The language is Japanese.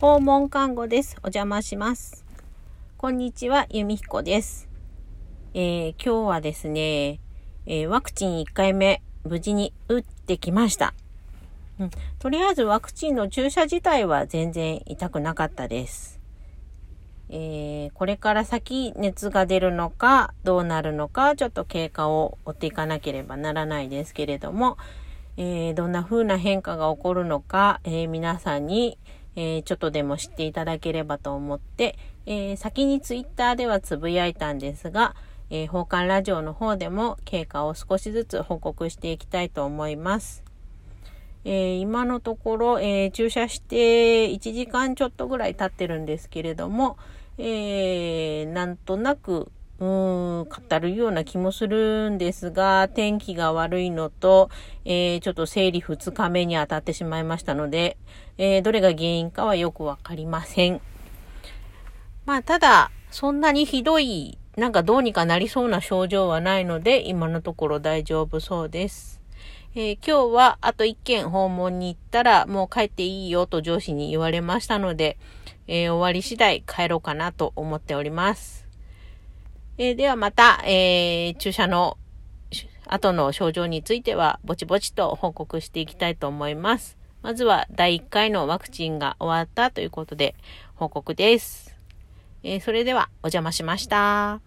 訪問看護です。お邪魔します。こんにちは、由美彦です。今日はですね、ワクチン1回目無事に打ってきました。とりあえずワクチンの注射自体は全然痛くなかったです。これから先熱が出るのかどうなるのかちょっと経過を追っていかなければならないですけれども、どんな風な変化が起こるのか、皆さんに、ちょっとでも知っていただければと思って、先にツイッターではつぶやいたんですが、訪韓ラジオの方でも経過を少しずつ報告していきたいと思います。今のところ、注射して1時間ちょっとぐらい経ってるんですけれども、なんとなく語るような気もするんですが、天気が悪いのと、ちょっと生理2日目に当たってしまいましたので、どれが原因かはよくわかりません。ただそんなにひどいどうにかなりそうな症状はないので、今のところ大丈夫そうです。今日はあと1件訪問に行ったらもう帰っていいよと上司に言われましたので、終わり次第帰ろうかなと思っております。ではまた、注射の後の症状についてはぼちぼちと報告していきたいと思います。まずは第1回のワクチンが終わったということで報告です。それではお邪魔しました。